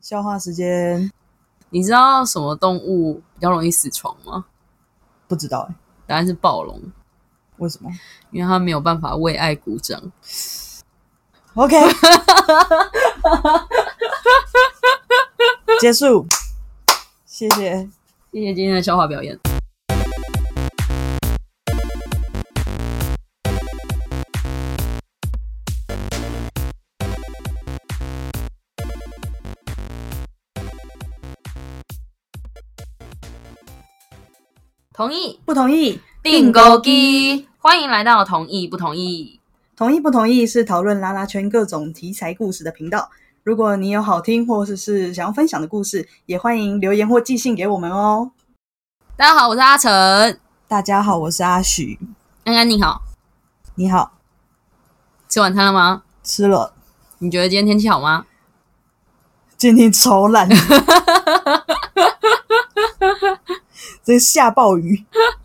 消化时间。 你知道什么动物比较容易死床吗？ 不知道答案是暴龙。 为什么？ 因为它没有办法为爱鼓掌。 OK 结束，谢谢今天的笑话表演。同意不同意订购机，欢迎来到同意不同意。 同意不同意是讨论拉拉圈各种题材故事的频道。如果你有好听或者是想要分享的故事，也欢迎留言或寄信给我们哦。 大家好，我是阿成。 大家好，我是阿许。 安安你好。 你好。 吃晚餐了吗？ 吃了。 你觉得今天天气好吗？ 今天超烂这下暴雨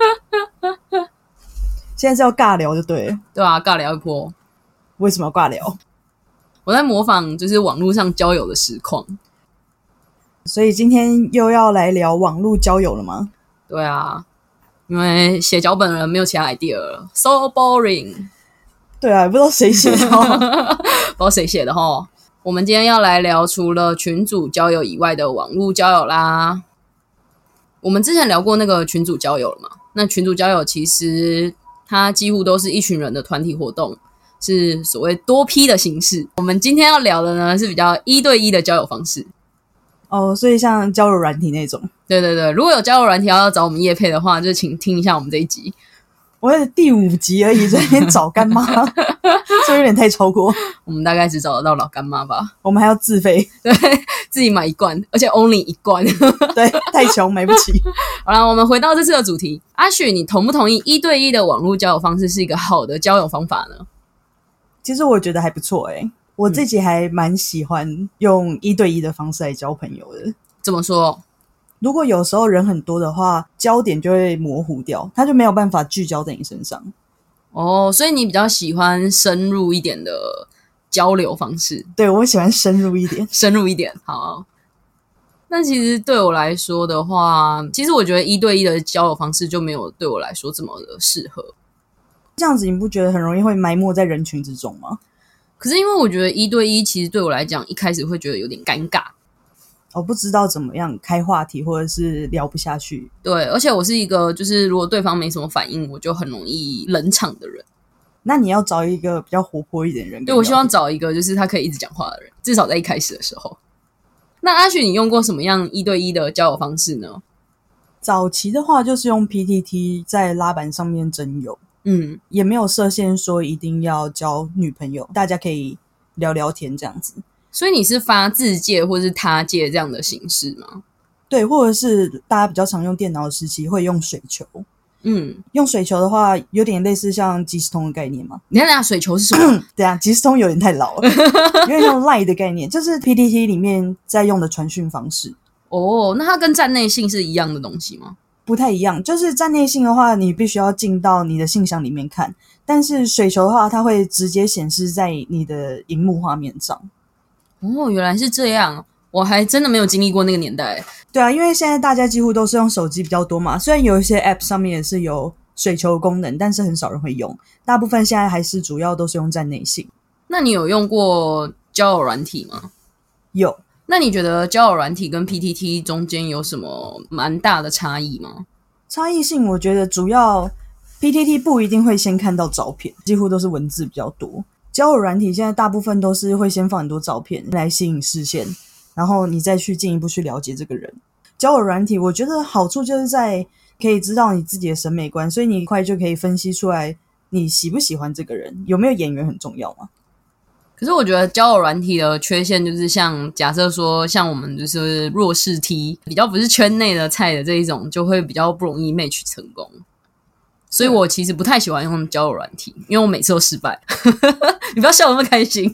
现在是要尬聊就对了。 对啊，尬聊一波。 为什么要尬聊？ 我在模仿就是网络上交友的实况。 所以今天又要来聊网络交友了吗？ 对啊，因为写脚本的人没有其他 idea 了， so boring。 对啊，也不知道谁写的不知道谁写的齁。我们今天要来聊除了群组交友以外的网络交友啦。我们之前聊过那个群组交友了嘛？那群组交友其实它几乎都是一群人的团体活动，是所谓多批的形式。我们今天要聊的呢是比较一对一的交友方式。 哦，所以像交友软体那种。 对对对，如果有交友软体要找我们业配的话，就请听一下我们这一集。 我的第5集而已，在那边找干妈这有点太超过。 我们大概只找得到老干妈吧。 我们还要自费。 对，自己买一罐，而且 only 一罐。 对，太穷买不起。 好啦，我们回到这次的主题。阿许，你同不同意一对一的网络交友方式是一个好的交友方法呢？ 其实我觉得还不错我自己还蛮喜欢用一对一的方式来交朋友的。 怎么说？ 如果有时候人很多的话，焦点就会模糊掉，他就没有办法聚焦在你身上。 哦，所以你比较喜欢深入一点的交流方式。 对，我喜欢深入一点。 深入一点，好。但其实对我来说的话，其实我觉得一对一的交友方式就没有对我来说这么的适合。 这样子你不觉得很容易会埋没在人群之中吗？ 可是因为我觉得一对一其实对我来讲一开始会觉得有点尴尬。 我不知道怎么样开话题，或者是聊不下去。 对，而且我是一个就是如果对方没什么反应，我就很容易冷场的人。 那你要找一个比较活泼一点的人。 对，我希望找一个就是他可以一直讲话的人，至少在一开始的时候。那阿许，你用过什么样一对一的交友方式呢？ 早期的话就是用 PTT 在拉板上面征友，也没有设限说一定要交女朋友，大家可以聊聊天这样子。 所以你是发自介或是他介这样的形式吗？ 对，或者是大家比较常用电脑的时期会用水球。用水球的话有点类似像即时通的概念嘛。 你看水球是什么？ 对啊，即时通有点太老了有点像 LINE 的概念，就是 PTT 里面在用的传讯方式。 哦，那它跟站内信是一样的东西吗？ 不太一样，就是站内信的话你必须要进到你的信箱里面看，但是水球的话它会直接显示在你的萤幕画面上。 哦，原来是这样，我还真的没有经历过那个年代。 对啊，因为现在大家几乎都是用手机比较多嘛，虽然有一些 App 上面也是有水球的功能，但是很少人会用，大部分现在还是主要都是用站内信。 那你有用过交友软体吗？ 有。 那你觉得交友软体跟 PTT 中间有什么蛮大的差异吗？ 差异性我觉得主要 PTT 不一定会先看到照片，几乎都是文字比较多。交友软体现在大部分都是会先放很多照片来吸引视线，然后你再去进一步去了解这个人。交友软体我觉得好处就是在可以知道你自己的审美观，所以你一块就可以分析出来你喜不喜欢这个人，有没有眼缘很重要嘛。 可是我觉得交友软体的缺陷就是像假设说像我们就是弱势 T 比较不是圈内的菜的这一种，就会比较不容易 match 成功。所以我其实不太喜欢用交友软体，因为我每次都失败你不要笑得那么开心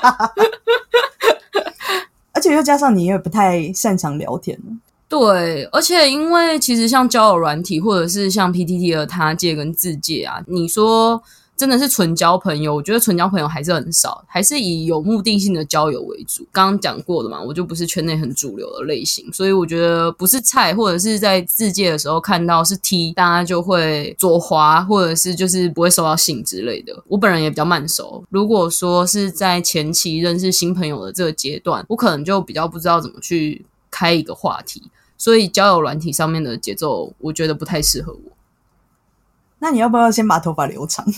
而且又加上你也不太擅长聊天。 对，而且因为其实像交友软体或者是像 PTT 的他介跟自介啊，你说真的是纯交朋友，我觉得纯交朋友还是很少，还是以有目的性的交友为主。刚刚讲过的嘛，我就不是圈内很主流的类型，所以我觉得不是菜，或者是在自介的时候看到是 T， 大家就会左滑，或者是就是不会收到信之类的。我本人也比较慢熟，如果说是在前期认识新朋友的这个阶段，我可能就比较不知道怎么去开一个话题，所以交友软体上面的节奏我觉得不太适合我。 那你要不要先把头发留长？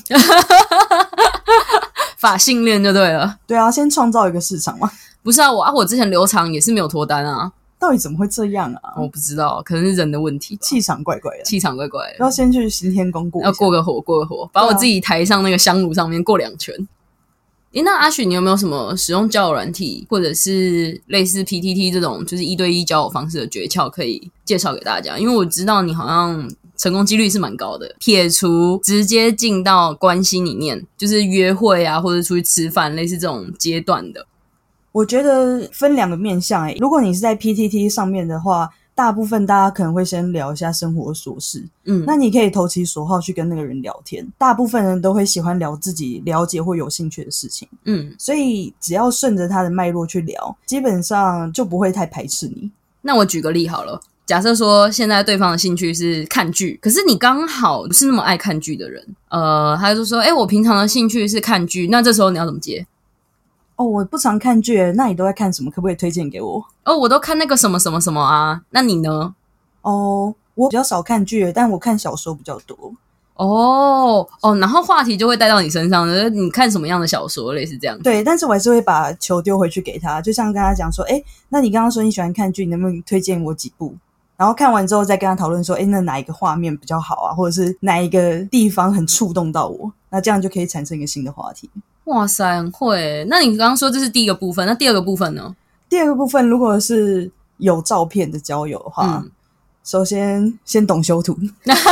发性恋就对了。 对啊，先创造一个市场嘛。 不是啊，我之前留长也是没有脱单啊。 到底怎么会这样啊？ 我不知道，可能是人的问题吧。 气场怪怪的， 气场怪怪的， 要先去行天宫过一下， 要过个火，把我自己抬上那个香炉上面过2圈。那阿许，你有没有什么使用交友软体或者是类似 PTT 这种就是1对1交友方式的诀窍可以介绍给大家？因为我知道你好像成功几率是蛮高的，撇除直接进到关系里面，就是约会啊或者出去吃饭类似这种阶段的。 我觉得分2个面向如果你是在 PTT 上面的话，大部分大家可能会先聊一下生活琐事，那你可以投其所好去跟那个人聊天，大部分人都会喜欢聊自己了解或有兴趣的事情，所以只要顺着他的脉络去聊，基本上就不会太排斥你。 那我举个例好了，假设说现在对方的兴趣是看剧，可是你刚好不是那么爱看剧的人，他就说我平常的兴趣是看剧，那这时候你要怎么接？ 我不常看剧，那你都在看什么？可不可以推荐给我？ 我都看那个什么什么什么啊，那你呢？ 我比较少看剧，但我看小说比较多。 然后话题就会带到你身上，你看什么样的小说，类似这样子。 对，但是我还是会把球丢回去给他，就像跟他讲说，那你刚刚说你喜欢看剧，你能不能推荐我几部？然后看完之后再跟他讨论说，那哪一个画面比较好啊，或者是哪一个地方很触动到我，那这样就可以产生一个新的话题。 哇塞，很会。那你刚刚说这是第一个部分，那第二个部分呢？ 第二个部分如果是有照片的交友的话，首先懂修图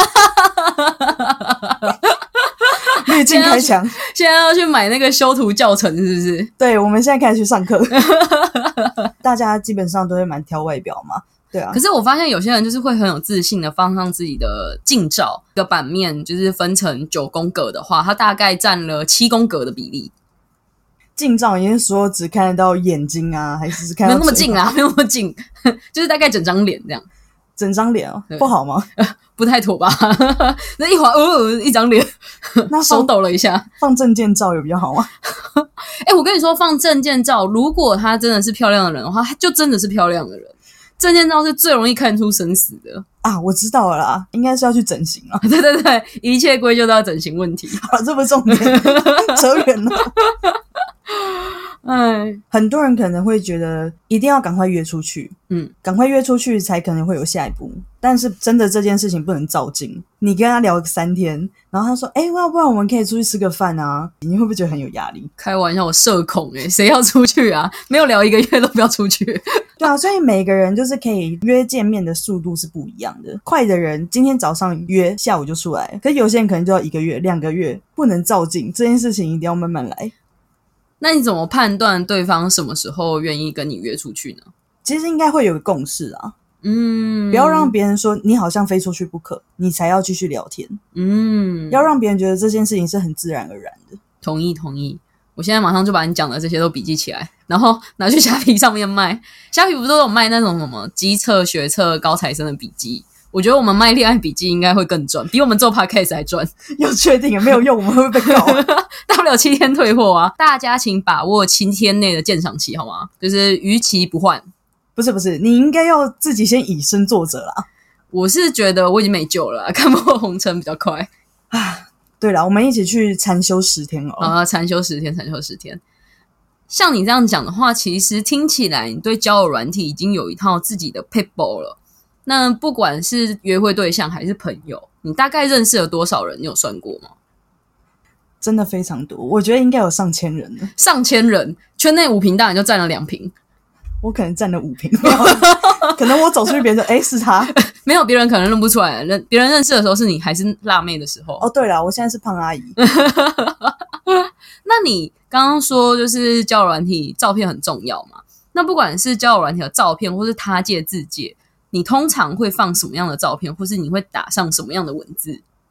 滤镜开墙， 现在要去买那个修图教程是不是？ 对，我们现在开始去上课大家基本上都会蛮挑外表嘛，对啊。 可是我发现有些人就是会很有自信的放上自己的近照，一个版面就是分成9宫格的话，它大概占了7宫格的比例。 近照你是说只看得到眼睛啊，还是看到没有那么近啊？没有那么近就是大概整张脸这样。 整张脸不好吗？ 不太妥吧那一滑一张脸那手抖了一下。 放证件照有比较好吗？ 我跟你说，放证件照如果她真的是漂亮的人的话，她就真的是漂亮的人。证件照是最容易看出生死的啊！我知道了啦，应该是要去整形啊。 对对对，一切归咎到整形问题。 好，这不是重点扯远了很多人可能会觉得一定要赶快约出去，赶快约出去才可能会有下一步。但是真的这件事情不能照进，你跟他聊3天，然后他说要不然我们可以出去吃个饭啊，你会不会觉得很有压力？ 开玩笑，我社恐谁要出去啊？没有聊1个月都不要出去对啊，所以每个人就是可以约见面的速度是不一样的。快的人今天早上约，下午就出来，可是有些人可能就要1个月2个月，不能照进，这件事情一定要慢慢来。 那你怎么判断对方什么时候愿意跟你约出去呢？ 其实应该会有个共识啊，不要让别人说你好像非出去不可，你才要继续聊天。要让别人觉得这件事情是很自然而然的。同意。我现在马上就把你讲的这些都笔记起来，然后拿去虾皮上面卖。虾皮不都有卖那种什么机测、学测、高材生的笔记？我觉得我们卖恋爱笔记应该会更赚，比我们做 podcast 还赚。 要确定也没有用，我们会被告大不了7天退货啊！大家请把握7天内的鉴赏期好吗？就是逾期不换。 不是，你应该要自己先以身作则啦。 我是觉得我已经没救了啦，看破红尘比较快对啦，我们一起去禅修10天禅修10天。像你这样讲的话，其实听起来你对交友软体已经有一套自己的 pitbull 了。那不管是约会对象还是朋友，你大概认识了多少人？你有算过吗？ 真的非常多，我觉得应该有上千人了。 上千人，圈内5瓶大人就占了2瓶。 我可能占了5瓶可能我走出去别人说是他没有，别人可能认不出来，别人认识的时候是你还是辣妹的时候。 对啦，我现在是胖阿姨那你刚刚说就是交友软体照片很重要嘛？那不管是交友软体的照片或是他介自介，你通常会放什么样的照片，或是你会打上什么样的文字？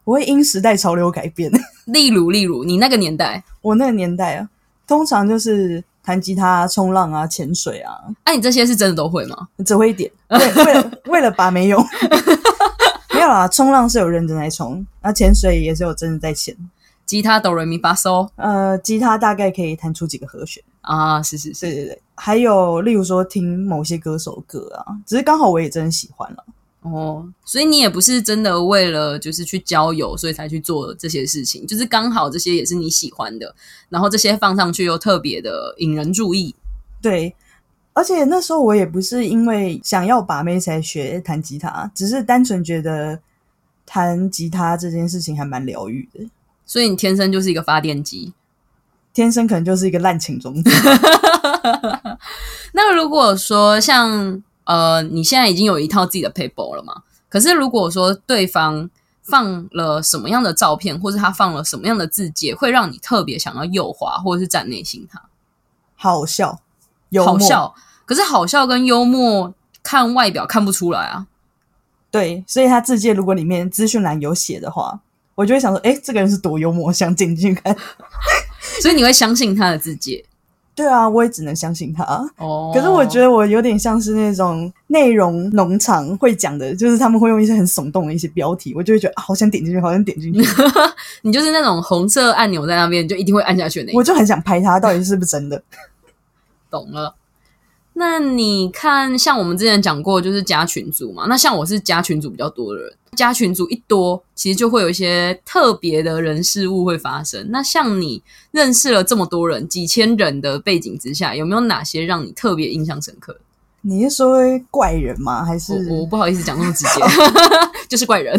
我会因时代潮流改变。 例如你那个年代， 我那个年代啊，通常就是弹吉他、冲浪啊、潜水啊。 你这些是真的都会吗？ 只会一点，为了把没用。没有啦，冲浪是有认真在冲，潜水也是有真的在潜。 吉他哆来咪发嗦， 吉他大概可以弹出几个和弦啊，是， 对。还有例如说听某些歌手的歌啊，只是刚好我也真的喜欢了。 所以你也不是真的为了就是去交友所以才去做这些事情，就是刚好这些也是你喜欢的，然后这些放上去又特别的引人注意。 对，而且那时候我也不是因为想要把妹才学弹吉他，只是单纯觉得弹吉他这件事情还蛮疗愈的。 所以你天生就是一个发电机， 天生可能就是一个滥情种子。 那如果说像你现在已经有一套自己的 paper 了嘛？可是如果说对方放了什么样的照片，或是他放了什么样的字界，会让你特别想要右滑，或者是占内心他？ 好笑，幽默。 好笑，可是好笑跟幽默看外表看不出来啊。 对，所以他字界如果里面资讯栏有写的话，我就会想说，这个人是多幽默，想进去看。 所以你会相信他的字界？ 对啊，我也只能相信他。可是我觉得我有点像是那种内容农场会讲的，就是他们会用一些很耸动的一些标题，我就会觉得好想点进去，好想点进去。 你就是那种红色按钮在那边，你就一定会按下去的那种。 我就很想拍他，到底是不是真的？ 懂了。那你看，像我们之前讲过，就是加群组嘛。那像我是加群组比较多的人，加群组一多，其实就会有一些特别的人事物会发生。那像你认识了这么多人，几千人的背景之下，有没有哪些让你特别印象深刻？ 你是说怪人吗？还是我不好意思讲那么直接，就是怪人。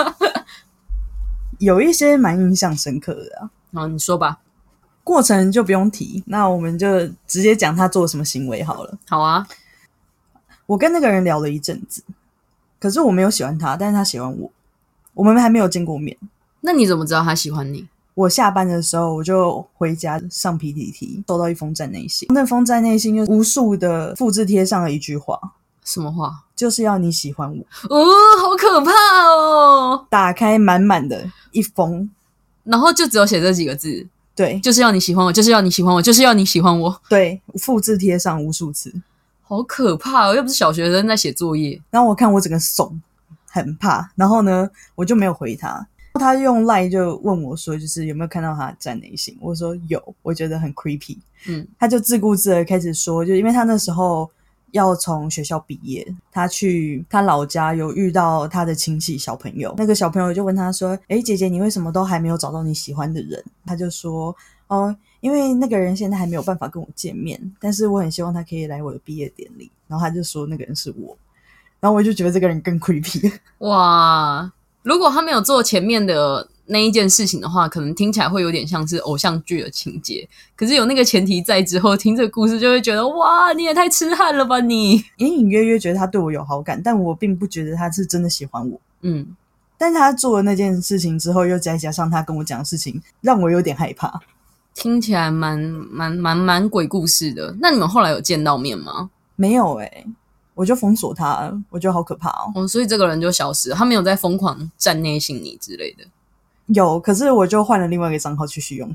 有一些蛮印象深刻的啊。 好，你说吧。 过程就不用提，那我们就直接讲他做什么行为好了。 好啊。 我跟那个人聊了一阵子，可是我没有喜欢他，但是他喜欢我，我们还没有见过面。 那你怎么知道他喜欢你？ 我下班的时候我就回家上 PTT， 收到一封站内信，那封站内信就无数的复制贴上了一句话。 什么话？ 就是要你喜欢我。 好可怕哦。 打开满满的一封， 然后就只有写这几个字。 对， 就是要你喜欢我，就是要你喜欢我，就是要你喜欢我。 对，复制贴上无数次。 好可怕哦，又不是小学生在写作业。 然后我看我整个怂，很怕。然后呢，我就没有回他。他用 LINE 就问我说，就是有没有看到他的站内信？我说有，我觉得很 creepy。他就自顾自的开始说，就因为他那时候要从学校毕业，他去他老家有遇到他的亲戚小朋友，那个小朋友就问他说，姐姐你为什么都还没有找到你喜欢的人？他就说因为那个人现在还没有办法跟我见面，但是我很希望他可以来我的毕业典礼。然后他就说那个人是我，然后我就觉得这个人更 creepy。 哇，如果他没有做前面的那一件事情的话，可能听起来会有点像是偶像剧的情节，可是有那个前提在之后，听这个故事就会觉得哇，你也太痴汉了吧你。 隐隐约约觉得他对我有好感，但我并不觉得他是真的喜欢我。但他做了那件事情之后，又再加上他跟我讲的事情，让我有点害怕。 听起来蛮鬼故事的。那你们后来有见到面吗？ 没有我就封锁他了，我觉得好可怕所以这个人就消失了，他没有在疯狂站内信你之类的。 有，可是我就换了另外一个账号继续用。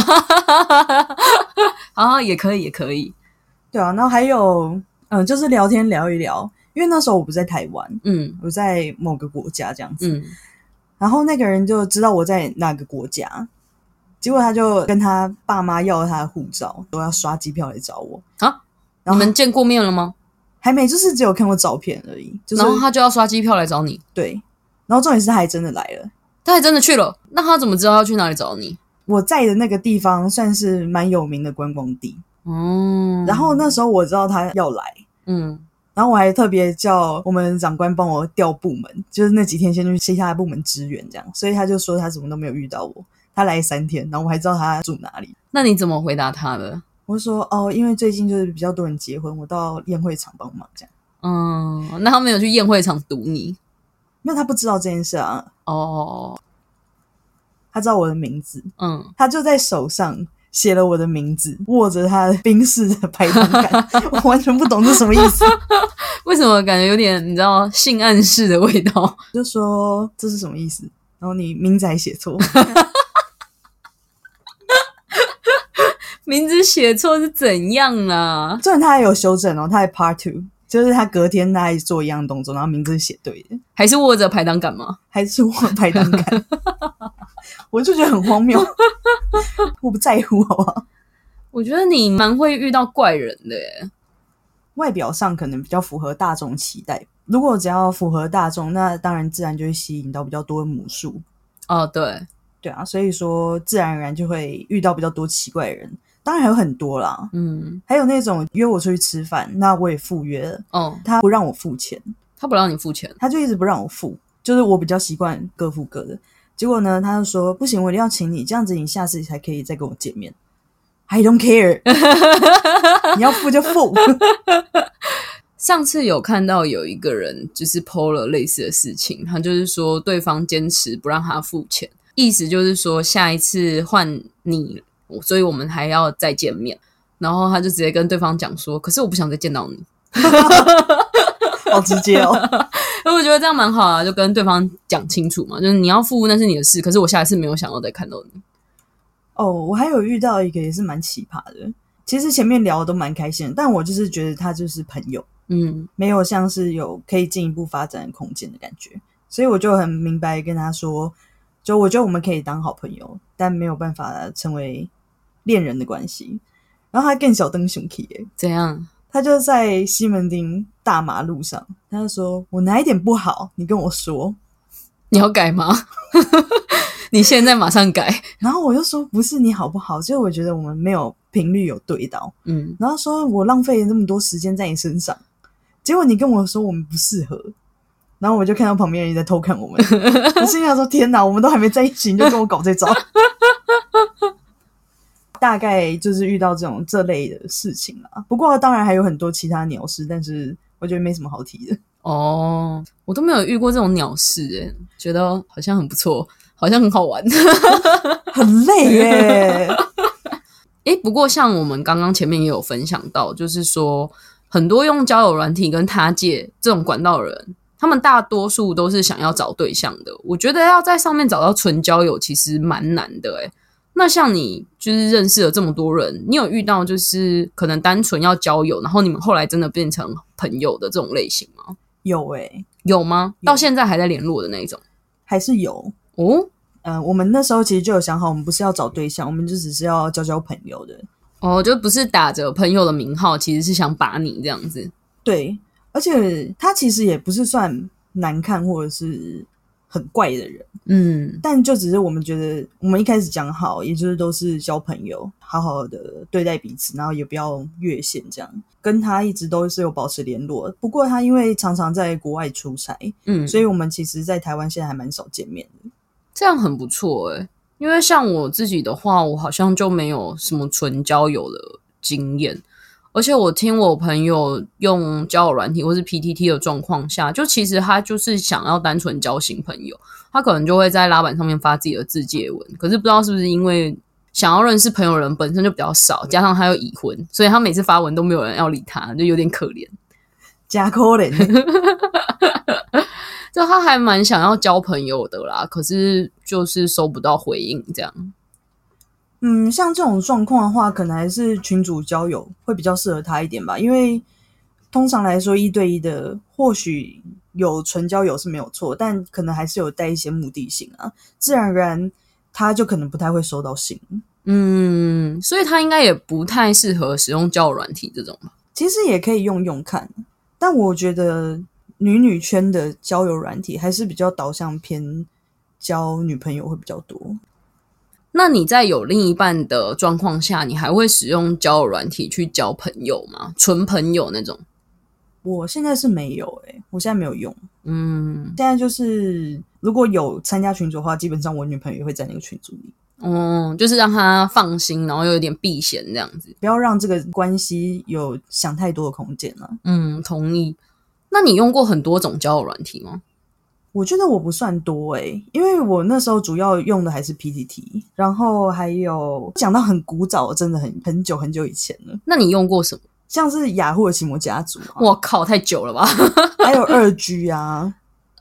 也可以。 对啊，然后还有就是聊天聊一聊，因为那时候我不在台湾，我在某个国家这样子。然后那个人就知道我在哪个国家，结果他就跟他爸妈要了他的护照，都要刷机票来找我啊。你们见过面了吗？ 还没，就是只有看过照片而已。 然后他就要刷机票来找你？ 对，然后重点是他还真的来了。 他还真的去了？那他怎么知道要去哪里找你？ 我在的那个地方算是蛮有名的观光地。然后那时候我知道他要来，然后我还特别叫我们长官帮我调部门，就是那几天先去其他的部门支援这样。所以他就说他怎么都没有遇到我，他来3天，然后我还知道他住哪里。 那你怎么回答他的？ 我说因为最近就是比较多人结婚，我到宴会场帮忙这样。 那他没有去宴会场堵你？ 没有，他不知道这件事啊。他知道我的名字，他就在手上写了我的名字，握着他的宾士的排挡杆。我完全不懂这什么意思。 为什么感觉有点你知道性暗示的味道？ 就说这是什么意思？然然后你名字还写错。 名字写错是怎样啊？ 虽然他还有修正哦，他还 Part 2，就是他隔天他还做一样动作，然后名字是写对的。 还是握着排档杆吗？ 还是我排档杆？我就觉得很荒谬。我不在乎好不好？ 我觉得你蛮会遇到怪人的耶。 外表上可能比较符合大众期待，如果只要符合大众，那当然自然就会吸引到比较多的母数。 哦，对对啊，所以说自然而然就会遇到比较多奇怪的人。当然还有很多啦，还有那种约我出去吃饭，那我也赴约了，他不让我付钱， 他不让你付钱， 他就一直不让我付，就是我比较习惯各付各的。结果呢，他就说不行，我一定要请你，这样子你下次才可以再跟我见面。I don't care， 你要付就付。 上次有看到有一个人就是 po 了类似的事情，他就是说对方坚持不让他付钱，意思就是说下一次换你，所以我们还要再见面。然后他就直接跟对方讲说，可是我不想再见到你。 好直接哦。 我觉得这样蛮好啊，就跟对方讲清楚嘛，就是你要付那是你的事，可是我下一次没有想要再看到你。 我还有遇到一个也是蛮奇葩的，其实前面聊的都蛮开心的，但我就是觉得他就是朋友，没有像是有可以进一步发展的空间的感觉，所以我就很明白跟他说，就我觉得我们可以当好朋友，但没有办法成为恋人的关系。然后他更小灯熊 key 怎样？ 他就在西门町大马路上，他就说我哪一点不好你跟我说。 你要改吗？你现在马上改。 然后我就说不是你好不好，就我觉得我们没有频率有对到，然后说我浪费了这么多时间在你身上，结果你跟我说我们不适合，然后我就看到旁边人在偷看我们。我心想说天哪，我们都还没在一起你就跟我搞这招。大概就是遇到这类的事情啦，不过当然还有很多其他鸟事，但是我觉得没什么好提的。 我都没有遇过这种鸟事耶，觉得好像很不错，好像很好玩。 很累耶。 不过像我们刚刚前面也有分享到，就是说很多用交友软体跟他介这种管道的人，他们大多数都是想要找对象的。我觉得要在上面找到纯交友其实蛮难的耶。那像你就是认识了这么多人，你有遇到就是可能单纯要交友，然后你们后来真的变成朋友的这种类型吗？ 有耶。 有吗？到现在还在联络的那一种？ 还是有哦。我们那时候其实就有想好，我们不是要找对象，我们就只是要交交朋友的。 就不是打着朋友的名号，其实是想把你这样子。 对，而且他其实也不是算难看或者是很怪的人，但就只是我们觉得我们一开始讲好，也就是都是交朋友，好好的对待彼此，然后也不要越线这样。跟他一直都是有保持联络，不过他因为常常在国外出差，所以我们其实在台湾现在还蛮少见面的。 这样很不错耶，因为像我自己的话，我好像就没有什么纯交友的经验，而且我听我朋友用交友软体或是 PTT 的状况下，就其实他就是想要单纯交新朋友，他可能就会在拉板上面发自己的自介文，可是不知道是不是因为想要认识朋友的人本身就比较少，加上他又已婚，所以他每次发文都没有人要理他，就有点可怜。 假可怜。 就他还蛮想要交朋友的啦，可是就是收不到回应这样。 像这种状况的话，可能还是群组交友会比较适合他一点吧，因为通常来说1对1的或许有纯交友是没有错，但可能还是有带一些目的性啊，自然而然他就可能不太会收到信。 所以他应该也不太适合使用交友软体这种吧。 其实也可以用用看，但我觉得女圈的交友软体还是比较导向偏交女朋友会比较多。 那你在有另一半的状况下，你还会使用交友软体去交朋友吗？纯朋友那种？ 我现在是没有我现在没有用。现在就是如果有参加群组的话，基本上我女朋友也会在那个群组里。 就是让她放心，然后又有点避嫌这样子， 不要让这个关系有想太多的空间了。 同意。那你用过很多种交友软体吗？ 我觉得我不算多因为我那时候主要用的还是 PTT， 然后还有讲到很古早，真的很久很久以前了。 那你用过什么？ 像是雅虎的奇摩家族我靠，太久了吧。 还有2G 啊。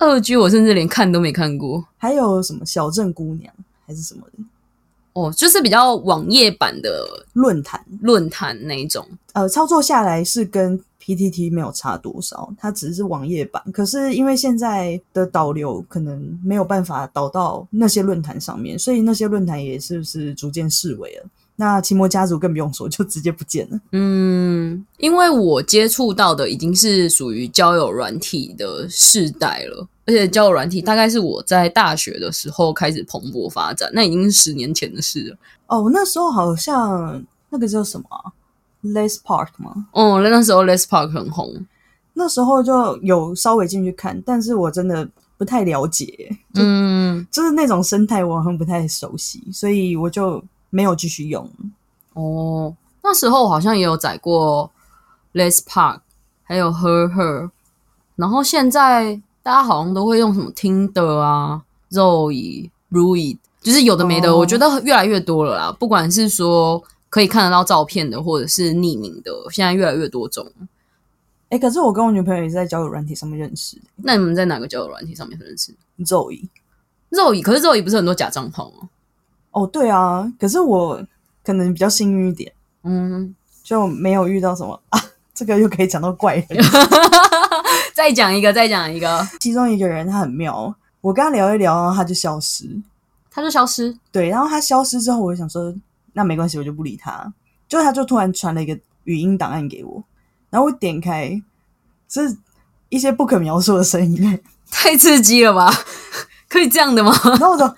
2G 我甚至连看都没看过。 还有什么小镇姑娘还是什么的哦，就是比较网页版的论坛那一种。 操作下来是跟 PTT 没有差多少，它只是网页版。可是因为现在的导流可能没有办法导到那些论坛上面，所以那些论坛也是不是逐渐式微了。那奇摩家族更不用说，就直接不见了。 因为我接触到的已经是属于交友软体的世代了，而且交友软体大概是我在大学的时候开始蓬勃发展，那已经是10年前的事了。 哦，那时候好像那个叫什么Les Park 吗？ 那时候 Les Park 很红， 那时候就有稍微进去看，但是我真的不太了解，就是那种生态我好像不太熟悉，所以我就没有继续用。 那时候我好像也有载过 Les Park 还有 Her， 然后现在大家好像都会用什么 Tinder 啊 Zoe、Rui， 就是有的没的，我觉得越来越多了啦，不管是说可以看得到照片的或者是匿名的，现在越来越多种。 可是我跟我女朋友也是在交友软体上面认识的。 那你们在哪个交友软体上面认识？ Zoe， 可是 Zoe 不是很多假账号吗？ 对啊，可是我可能比较幸运一点，就没有遇到什么这个又可以讲到怪人。 再讲一个。 其中一个人他很妙，我跟他聊一聊，然后他就消失。对，然后他消失之后，我就想说，那没关系，我就不理他。就他就突然传了一个语音档案给我，然后我点开，是一些不可描述的声音， 太刺激了吧？可以这样的吗？ 然后我说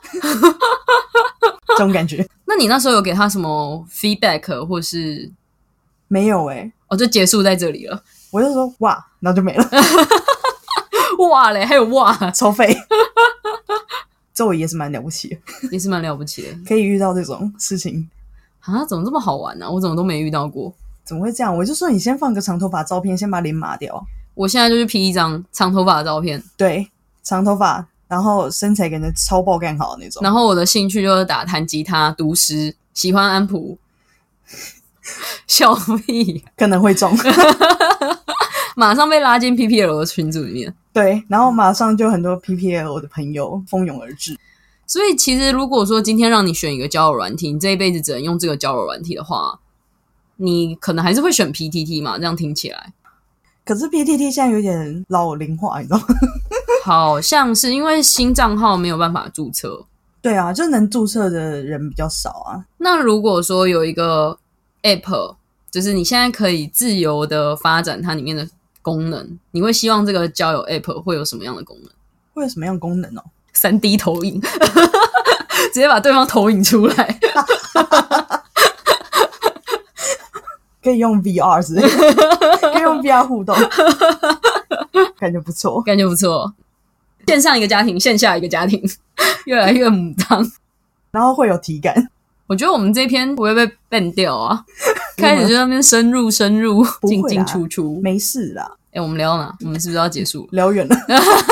这种感觉。 那你那时候有给他什么 feedback 或是没有就结束在这里了。 我就说哇，然后就没了。 哇嘞，还有哇， 抽废。这我也是蛮了不起的， 也是蛮了不起的， 可以遇到这种事情怎么这么好玩呢？我怎么都没遇到过。 怎么会这样？我就说你先放个长头发照片，先把脸码掉。 我现在就去 P 一张长头发的照片， 对，长头发，然后身材感觉超爆干好的那种。 然后我的兴趣就是打弹吉他、读诗，喜欢安普。笑屁， 可能会中。 马上被拉进 PPL 的群组里面。 对，然后马上就很多 PPL 的朋友蜂拥而至。 所以其实如果说今天让你选一个交友软体，你这一辈子只能用这个交友软体的话，你可能还是会选 PTT 嘛，这样听起来。 可是 PTT 现在有点老龄化，你知道吗？ 好像是因为新账号没有办法注册。 对啊，就能注册的人比较少啊。 那如果说有一个 App， 就是你现在可以自由的发展它里面的功能，你会希望这个交友 App 会有什么样的功能？ 会有什么样的功能 3D 投影。直接把对方投影出来。 可以用 VR 之类的，可以用 VR 互动。感觉不错， 感觉不错。线上一个家庭，线下一个家庭，越来越母汤， 然后会有体感。 我觉得我们这篇不会被 ban 掉啊，开始就在那边深入，进进出出， 没事啦。 我们聊到哪？我们是不是要结束了？ 聊远了，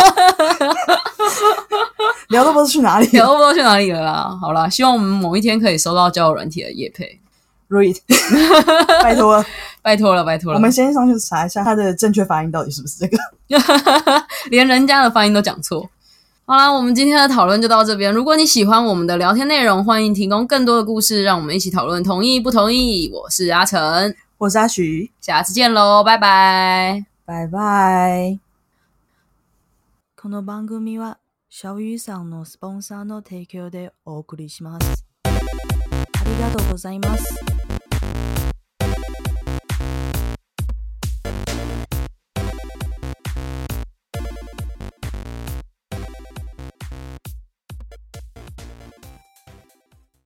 聊都不知道去哪里， 聊都不知道去哪里了啦。好啦，希望我们某一天可以收到交友软体的业配。 Read， 拜托了， 拜托了，拜托了。 我们先上去查一下它的正确发音到底是不是这个， 连人家的发音都讲错。好啦，我们今天的讨论就到这边。如果你喜欢我们的聊天内容，欢迎提供更多的故事，让我们一起讨论，同意不同意？我是阿成， 我是阿徐， 下次见咯，拜拜， 拜拜。この番組はシャウユさんのスポンサーの提供でお送りします。ありがとうございます。